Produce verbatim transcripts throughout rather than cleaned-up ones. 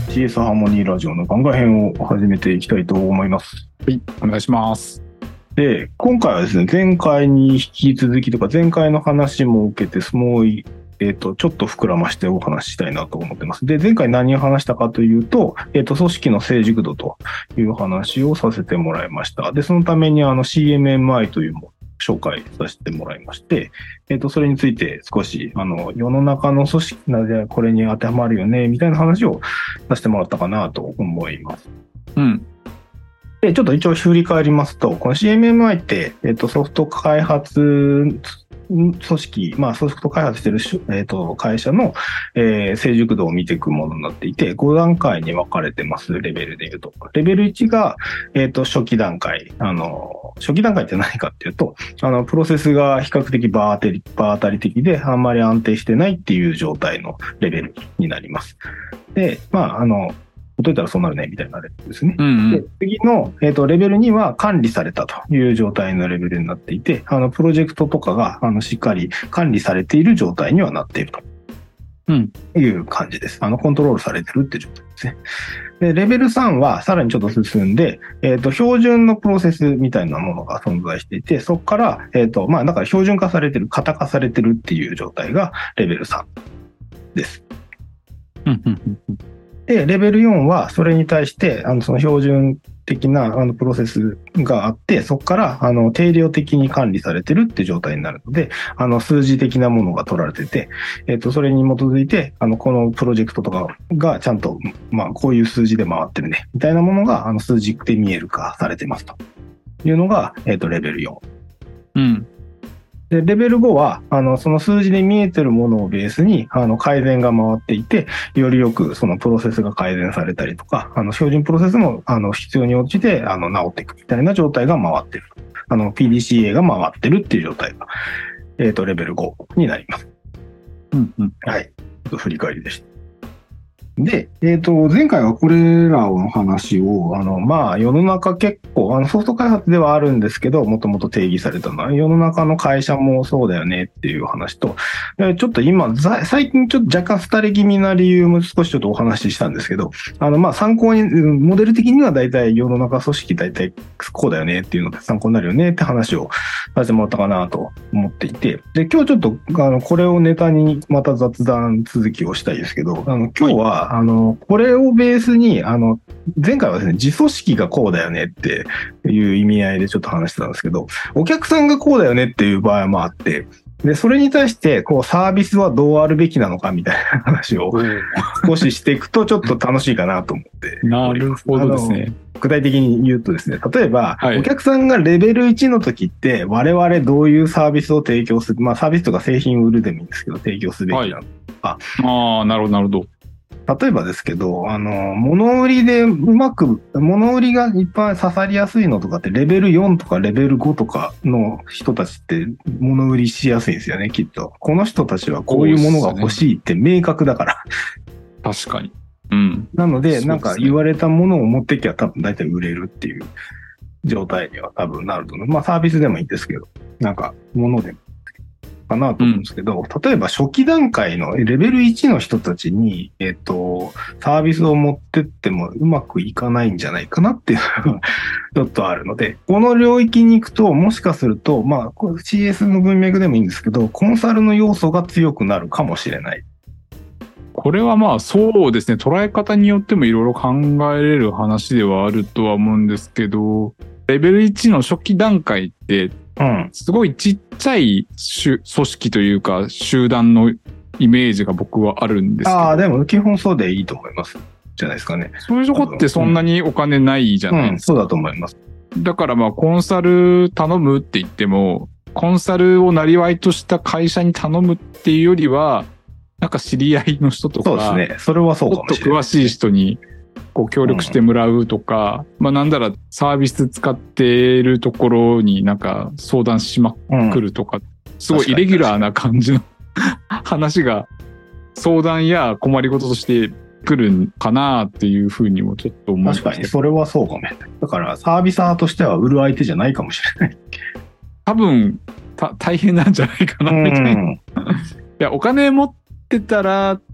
シーエス ハーモニーラジオの番外編を始めていきたいと思います。 はい、お願いします。 で、今回はですね、前回に引き続きとか、前回の話も受けて、もう、えっと、ちょっと膨らましてお話ししたいなと思ってます。で、前回何を話したかというと、えっと、組織の成熟度という話をさせてもらいました。で、そのためにあの シーエムエムアイ というものを紹介させてもらいまして、えっと、それについて少し、あの、世の中の組織なぜこれに当てはまるよね、みたいな話をさせてもらったかなと思います。 うん。 で、ちょっと一応振り返りますと、この シーエムエムアイ って、えっと、ソフト開発組織、まあ、ソフト開発してる、えっと、会社の、えー、成熟度を見ていくものになっていて、ご段階に分かれてます、レベルで言うと。レベルいちが、えっと、初期段階。あの、初期段階って何かっていうと、あの、プロセスが比較的場当たり、場当たり的で、あんまり安定してないっていう状態のレベルになります。で、まあ、あの、ほっといたらそうなるね、みたいなレベルですね。 うんうん、 で次の、えーと、レベルには管理されたという状態のレベルになっていて、あの、プロジェクトとかが、あの、しっかり管理されている状態にはなっているという感じです。あの、コントロールされてるって状態ですね。で、レベルさんはさらにちょっと進んで、えっと、標準のプロセスみたいなものが存在していて、そこから、えっと、まあ、だから標準化されてる、型化されてるっていう状態がレベルさんです。 うんうんうんうんで、レベルよんは、それに対して、あの、その標準的な、あの、プロセスがあって、そこから、あの、定量的に管理されてるって状態になるので、あの、数字的なものが取られてて、えっと、それに基づいて、あの、このプロジェクトとかがちゃんと、まあ、こういう数字で回ってるね、みたいなものが、あの、数字で見える化されてますというのが、えっと、レベルよん。 うん。 で、レベルごは、あの、その数字で見えてるものをベースに、あの、改善が回っていて、よりよくそのプロセスが改善されたりとか、あの、標準プロセスも、あの、必要に応じて、あの、直っていくみたいな状態が回ってる。あの、ピーディーシーエー が回ってるっていう状態が、えっと、レベルごになります。 うんうん。 はい。ちょっと振り返りでした。で、えっと、前回はこれらの話を、あの、まあ、世の中結構、あの、ソフト開発ではあるんですけど、もともと定義されたのは、世の中の会社もそうだよねっていう話と、ちょっと今、最近ちょっと若干廃れ気味な理由も少しちょっとお話ししたんですけど、あの、まあ、参考に、モデル的には大体世の中組織大体こうだよねっていうので参考になるよねって話をさせてもらったかなと思っていて、で、今日ちょっと、あの、これをネタにまた雑談続きをしたいですけど、あの、今日は、はいあの、これをベースに、あの、前回はですね、自組織がこうだよねっていう意味合いでちょっと話してたんですけど、お客さんがこうだよねっていう場合もあって、で、それに対して、こう、サービスはどうあるべきなのかみたいな話を少ししていくとちょっと楽しいかなと思って。 なるほどですね。 具体的に言うとですね、例えば、 はい、 お客さんがレベルいちの時って、我々どういうサービスを提供する、まあ、サービスとか製品を売るでもいいんですけど、提供すべきなのか。 はい、ああ、なるほど、なるほど。 例えばですけど、あの、物売りでうまく、物売りがいっぱい刺さりやすいのとかって、レベルよんとかレベルごとかの人たちって物売りしやすいんですよね、きっと。この人たちはこういうものが欲しいって明確だから。 確かに。うん。 なので、なんか言われたものを持ってきゃ多分大体売れるっていう状態には多分なると思う。まあサービスでもいいんですけど、なんか物でも。かなと思うんですけど、うん、例えば初期段階のレベルいちの人たちに、えっと、サービスを持ってってもうまくいかないんじゃないかなっていうのがちょっとあるので、この領域に行くと、もしかすると、まあ、シーエス の文脈でもいいんですけど、コンサルの要素が強くなるかもしれない。 これはまあそうですね、捉え方によってもいろいろ考えれる話ではあるとは思うんですけど、レベルいちの初期段階って、うん、すごいちっちゃい組織というか集団のイメージが僕はあるんですけど。 ああ、でも基本そうでいいと思います。じゃないですかね。 そういうとこってそんなにお金ないじゃないですか。 うんうん、そうだと思います。 だからまあコンサル頼むって言っても、コンサルをなりわいとした会社に頼むっていうよりは、なんか知り合いの人とか、 そうですね。それはそうかもしれない。 もっと詳しい人にこう協力してもらうとか、うん、まあなんだらサービス使っているところになんか相談しまくるとか、うん、すごいイレギュラーな感じの話が相談や困りごととして来るんかなっていうふうにもちょっと思いました。 確かにそれはそうかも。だからサービサーとしては売る相手じゃないかもしれない。 多分た大変なんじゃないかなみたいな。うん、いやお金持ってたら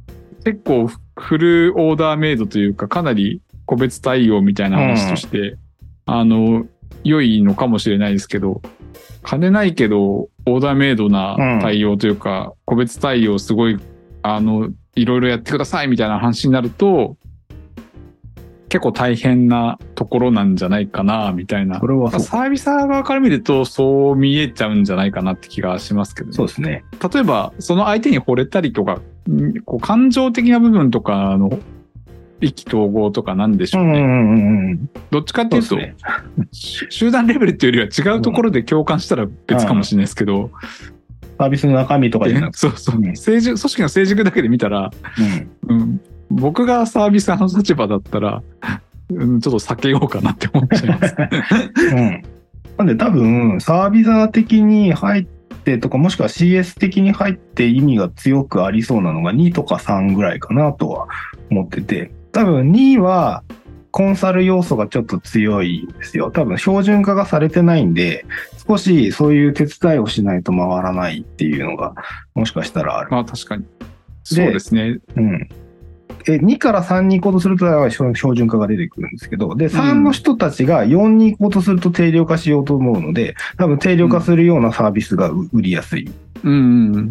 結構フルオーダーメイドというか、かなり個別対応みたいな話として、うん、あの、良いのかもしれないですけど、金ないけど、オーダーメイドな対応というか、うん、個別対応すごい、あの、いろいろやってくださいみたいな話になると、結構大変なところなんじゃないかな、みたいな。 それはそう。 サービス側から見ると、そう見えちゃうんじゃないかなって気がしますけどね。 そうですね。 例えば、その相手に惚れたりとか、こう感情的な部分とかの意気投合とかなんでしょうね。 うんうんうん、 どっちかっていうと、ね、集団レベルっていうよりは違うところで共感したら別かもしれないですけど、うん、 サービスの中身とかじゃなくて。 そうそう。うん、成熟、組織の成熟だけで見たら、うんうん、僕がサービスの立場だったら、うん、ちょっと避けようかなって思っちゃいます。 うん。なんで多分、サービザー的に入ってとか、もしくは シーエス 的に入って意味が強くありそうなのがにとかさんぐらいかなとは思ってて、多分にはコンサル要素がちょっと強いんですよ。多分標準化がされてないんで、少しそういう手伝いをしないと回らないっていうのが、もしかしたらある。 まあ確かに。そうですね。 うん。えにからさんに行こうとすると標準化が出てくるんですけど、で、さんの人たちがよんに行こうとすると定量化しようと思うので、多分定量化するようなサービスが売りやすい。うん。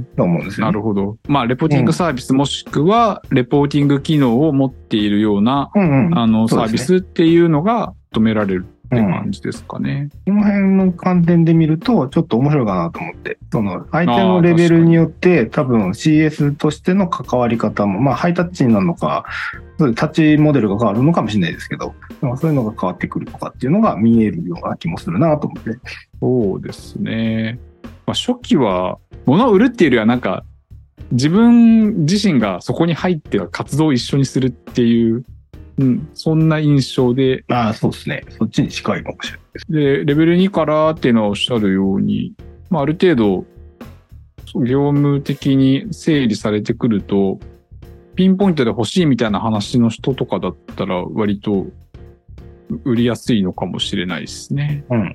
と思うんですよね。 なるほど。まあ、レポーティングサービスもしくは、レポーティング機能を持っているような、うんうん、あの、サービスっていうのが求められるって感じですかね。 うん、この辺の観点で見ると、ちょっと面白いかなと思って。その、相手のレベルによって、多分 シーエス としての関わり方も、まあ、ハイタッチになるのか、タッチモデルが変わるのかもしれないですけど、そういうのが変わってくるとかっていうのが見えるような気もするなと思って。 そうですね。まあ、初期は、物を売るっていうよりはなんか、自分自身がそこに入って活動を一緒にするっていう、うん、そんな印象で。 ああ、そうですね。そっちに近いかもしれないです。 で、レベルにからっていうのはおっしゃるように、まあ、ある程度、業務的に整理されてくると、ピンポイントで欲しいみたいな話の人とかだったら割と売りやすいのかもしれないですね。うん。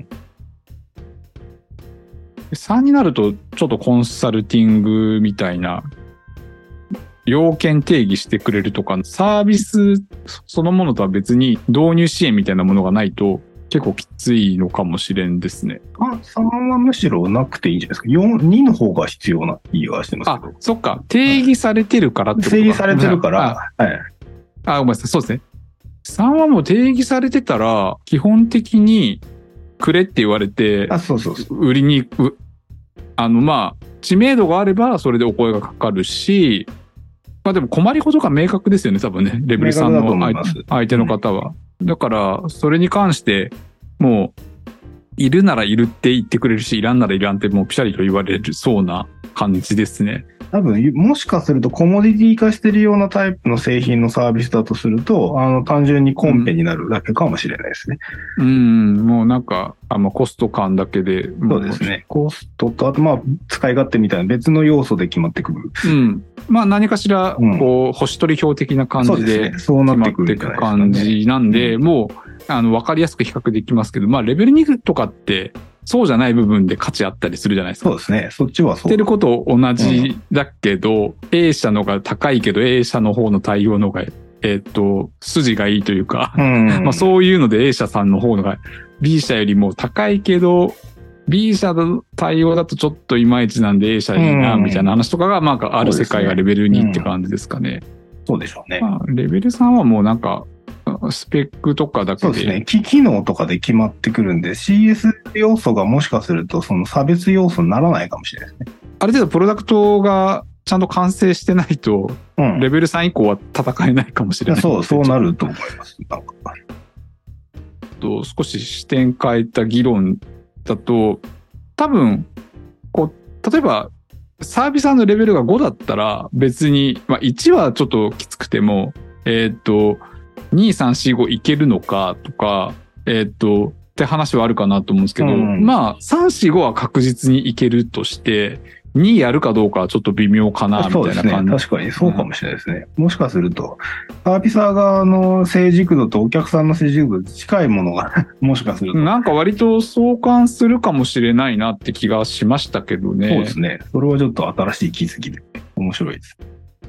さんになるとちょっとコンサルティングみたいな要件定義してくれるとか、サービスそのものとは別に導入支援みたいなものがないと結構きついのかもしれんですね。 あ、さんはむしろなくていいんじゃないですか。よん、にの方が必要な気がしてますけど。 あ、そっか。定義されてるからってことか。 定義されてるから。 はい。あ、ごめんなさい。そうですね。さんはもう定義されてたら、基本的にくれって言われて、 あ、そうそうそう。 売りに行く。あの、まあ、知名度があればそれでお声がかかるし、まあでも困りほどが明確ですよね、多分ね。レベルさんの相手の方は。うん、だから、それに関して、もう、いるならいるって言ってくれるし、いらんならいらんってもうピシャリと言われるそうな感じですね。 多分、もしかするとコモディティ化してるようなタイプの製品のサービスだとすると、あの、単純にコンペになるだけかもしれないですね。 うん、うんもうなんか、あまあ、コスト感だけで。 そうですね。コストと、あとまあ、使い勝手みたいな別の要素で決まってくる。 うん。まあ、何かしら、こう、星取り表的な感じで決まっていく感じなんで、もう、あの、わかりやすく比較できますけど、まあ、レベルにとかって、そうじゃない部分で価値あったりするじゃないですか。 そうですね。そっちはそう。 言ってること同じだけど、うん、A 社のが高いけど A 社の方の対応のが、えー、っと、筋がいいというか、うん、まあそういうので A 社さんの方のが B 社よりも高いけど、B 社の対応だとちょっといまいちなんで A 社いいな、みたいな話とかが、まあある世界がレベルにって感じですかね。 そうでしょうね。 まあ、レベルさんはもうなんか、スペックとかだけで。 そうですね。機能とかで決まってくるんで、シーエス 要素がもしかするとその差別要素にならないかもしれないですね。 ある程度プロダクトがちゃんと完成してないと、うん、レベルさん以降は戦えないかもしれない。 そう、そうなると思います。なんかと少し視点変えた議論だと、多分、こう、例えば、サービスさんのレベルがごだったら別に、まあいちはちょっときつくても、えっと、に、さん、よん、ごいけるのかとか、えっと、って話はあるかなと思うんですけど、うん、まあ、さん、よん、ごは確実にいけるとして、にやるかどうかはちょっと微妙かな、みたいな感じ。そうですね。確かにそうかもしれないですね。うん、もしかすると、サービサー側の成熟度とお客さんの成熟度に近いものが、もしかすると。 なんか割と相関するかもしれないなって気がしましたけどね。 そうですね。それはちょっと新しい気づきで面白いです。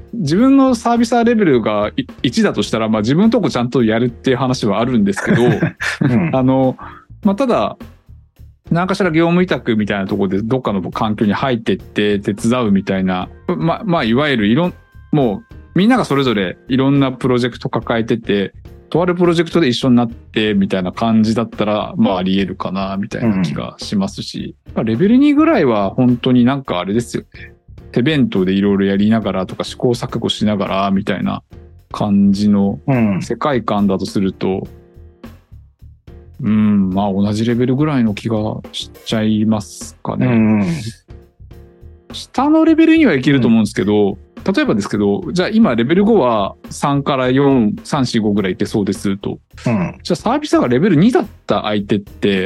自分のサービサーレベルがいちだとしたら、まあ自分のとこちゃんとやるっていう話はあるんですけど、うん、あの、まあただ、何かしら業務委託みたいなところでどっかの環境に入っていって手伝うみたいな、ま、まあいわゆるいろん、もうみんながそれぞれいろんなプロジェクト抱えてて、とあるプロジェクトで一緒になってみたいな感じだったら、まああり得るかなみたいな気がしますし、うん、レベルにぐらいは本当になんかあれですよね。手弁当でいろいろやりながらとか試行錯誤しながらみたいな感じの世界観だとすると、うん、うんまあ同じレベルぐらいの気がしちゃいますかね。うん、下のレベルにはいけると思うんですけど、うん、例えばですけど、じゃあ今レベルごはさんからよん、さん、よん、ごぐらいいってそうですと。うん、じゃあサービスがレベルにだった相手って、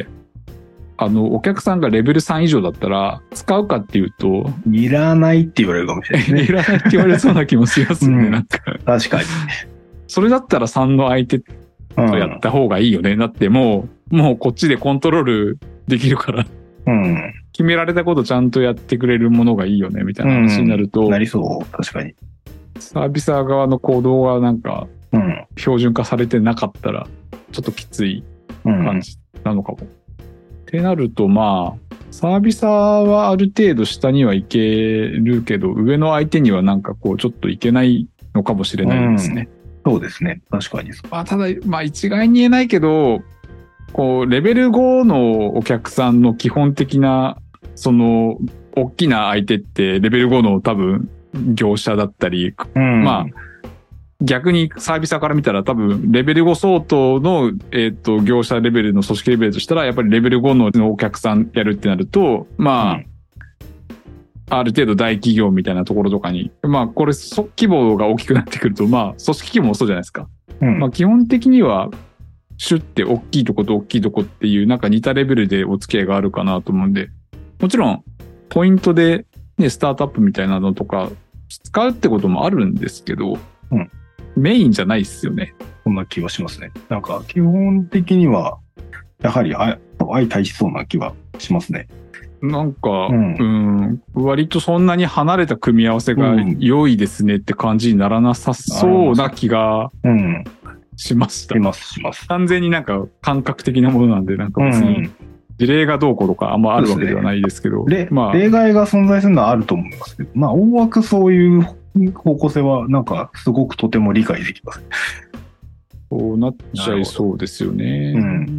あの、お客さんがレベルさん以上だったら、使うかっていうと。 いらないって言われるかもしれない、ね。 いらないって言われそうな気もしますよね、うん、なんか。 確かに。 それだったらさんの相手とやった方がいいよね。うん、だってもう、もうこっちでコントロールできるから。うん。決められたことちゃんとやってくれるものがいいよね、みたいな話になると。 うん、なりそう、確かに。 サービサー側の行動がなんか、標準化されてなかったら、ちょっときつい感じなのかも。うんってなると、まあ、サービサーはある程度下にはいけるけど、上の相手にはなんかこう、ちょっといけないのかもしれないですね。 うん、そうですね。確かに。 まあ、ただ、まあ一概に言えないけど、こう、レベルごのお客さんの基本的な、その、大きな相手って、レベルごの多分、業者だったり、うん、まあ、逆にサービサーから見たら多分レベルご相当の、えっと、業者レベルの組織レベルとしたらやっぱりレベルごのお客さんやるってなると、まあ、うん、ある程度大企業みたいなところとかに、まあこれ規模が大きくなってくると、まあ組織規模もそうじゃないですか。うん、まあ基本的にはシュって大きいとこと大きいとこっていうなんか似たレベルでお付き合いがあるかなと思うんで、もちろんポイントでね、スタートアップみたいなのとか使うってこともあるんですけど、うんメインじゃないっすよね。 そんな気はしますね。なんか基本的にはやはり相対しそうな気はしますね。 なんか、うん、うん割とそんなに離れた組み合わせが良いですねって感じにならなさそうな気がしました。 しますします。 完全になんか感覚的なものなんで、なんか別に事例がどうこうとかあんまあるわけではないですけど、 ねまあ、例外が存在するのはあると思いますけど、まあ大枠そういう方向性はなんかすごくとても理解できます。 そうなっちゃいそうですよね。うん、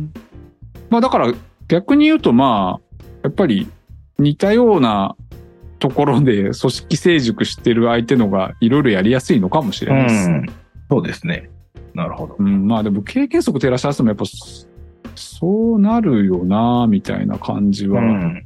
まあだから逆に言うとまあやっぱり似たようなところで組織成熟してる相手のがいろいろやりやすいのかもしれないです、うん。 そうですね。なるほど。 うん、まあでも経験則照らし合わせてもやっぱそうなるよなみたいな感じは。うん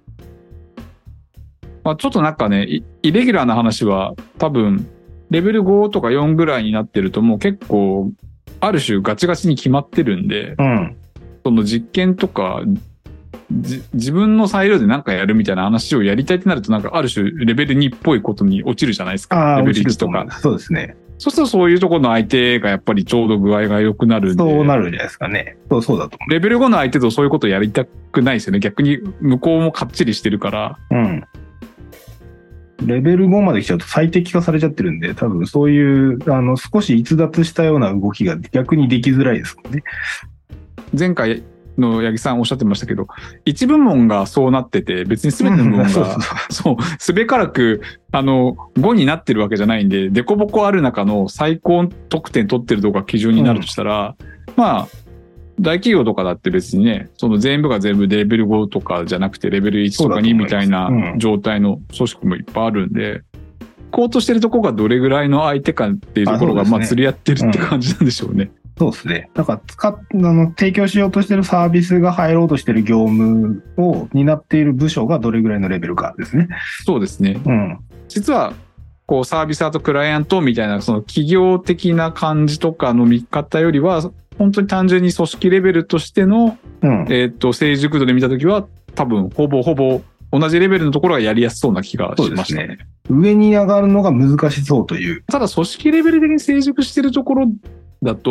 まあ、ちょっとなんかね、イレギュラーな話は多分、レベルごとかよんぐらいになってるともう結構、ある種ガチガチに決まってるんで、うん、その実験とか、自分の裁量で何かやるみたいな話をやりたいってなるとなんかある種レベルにっぽいことに落ちるじゃないですか。レベルいちとか。 そうですね。 そうするとそういうところの相手がやっぱりちょうど具合が良くなるんで。 そうなるんじゃないですかね。そう、そうだと思う。 レベルごの相手とそういうことやりたくないですよね。逆に向こうもかっちりしてるから。うん。 レベルごまで来ちゃうと最適化されちゃってるんで、多分そういう、あの、少し逸脱したような動きが逆にできづらいですもんね。 前回の八木さんおっしゃってましたけど、一部門がそうなってて、別に全ての部門が、そうそうそう、すべからく、あの、ごになってるわけじゃないんで、デコボコある中の最高得点取ってるとこが基準になるとしたら、うん、まあ、大企業とかだって別にね、その全部が全部レベルごとかじゃなくてレベルいちとかにみたいな状態の組織もいっぱいあるんで、こうとしてるとこがどれぐらいの相手かっていうところがまあ釣り合ってるって感じなんでしょうね。 そうですね。だから使っ、あの、提供しようとしてるサービスが入ろうとしてる業務を担っている部署がどれぐらいのレベルかですね。 そうですね。うん。実は、こうサービスアーとクライアントみたいなその企業的な感じとかの見方よりは、本当に単純に組織レベルとしての、うん、えっと、成熟度で見たときは、多分、ほぼほぼ同じレベルのところがやりやすそうな気がしましたね。そうですね。 上に上がるのが難しそうという。 ただ、組織レベル的に成熟してるところだと、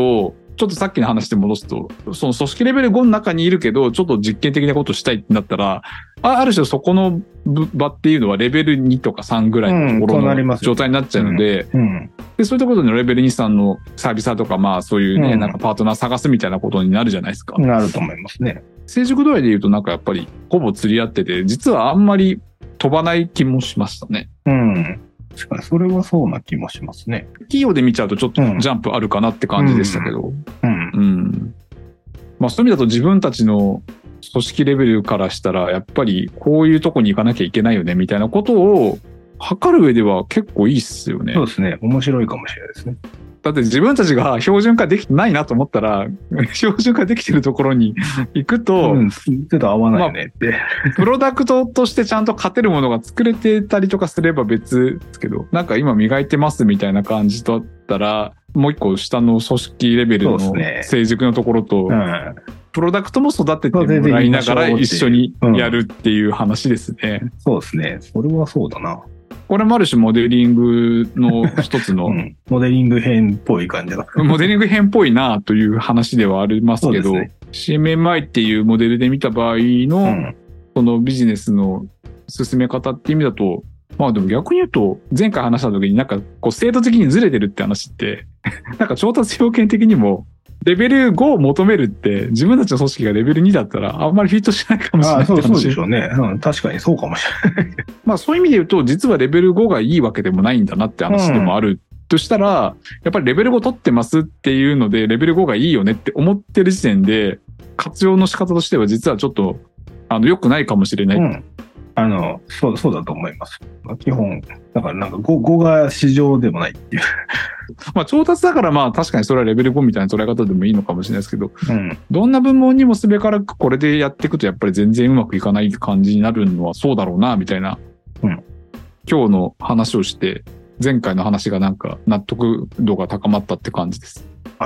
ちょっとさっきの話で戻すと、その組織レベルごの中にいるけど、ちょっと実験的なことをしたいってなったら、あある種そこの場っていうのはレベルにとかさんぐらいのところの状態になっちゃうので、 うんうん、 でそういったことでレベルに、さんのサービサーとか、まあそういうね、 うん、 なんかパートナー探すみたいなことになるじゃないですか。 なると思いますね。 成熟度合いで言うとなんかやっぱりほぼ釣り合ってて、実はあんまり飛ばない気もしましたね。 うん。確かにそれはそうな気もしますね。 企業で見ちゃうとちょっとジャンプあるかなって感じでしたけど。 うん。うん。 うん、まあそういう意味だと自分たちの組織レベルからしたらやっぱりこういうとこに行かなきゃいけないよねみたいなことを測る上では結構いいっすよね。 そうですね。面白いかもしれないですね。 だって自分たちが標準化できてないなと思ったら、標準化できてるところに行くと、 うん、ちょっと合わないよねって、 まあ。プロダクトとしてちゃんと勝てるものが作れてたりとかすれば別ですけど、なんか今磨いてますみたいな感じだったら、もう一個下の組織レベルの成熟のところと、ね、うん、プロダクトも育ててもらいながら一緒にやるっていう話ですね。 うん、そうですね。それはそうだな。 これもある種モデリングの一つの、うん、 モデリング編っぽい感じだ。 モデリング編っぽいなという話ではありますけど、ね、シーエムエムアイ っていうモデルで見た場合の、うん、そのビジネスの進め方っていう意味だと、まあでも逆に言うと、前回話した時になんかこう制度的にずれてるって話って、なんか調達要件的にも、レベルごを求めるって自分たちの組織がレベルにだったらあんまりフィットしないかもしれないって話。 ああ、そう、そうでしょうね、うん。確かにそうかもしれない。 まあそういう意味で言うと実はレベルごがいいわけでもないんだなって話でもあるとしたら、うん、やっぱりレベルご取ってますっていうのでレベルごがいいよねって思ってる時点で活用の仕方としては実はちょっとあの良くないかもしれない。うん、 あの、そう、そうだと思います。基本、だからなんか 5, 5が市場でもないっていう。 まあ調達だからまあ確かにそれはレベルごみたいな捉え方でもいいのかもしれないですけど、 うん、 どんな部門にもすべからくこれでやっていくとやっぱり全然うまくいかない感じになるのはそうだろうなみたいな、 うん、 今日の話をして前回の話がなんか納得度が高まったって感じです。 はい。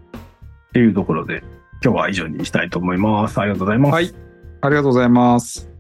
っていうところで今日は以上にしたいと思います。ありがとうございます。 はい。ありがとうございます。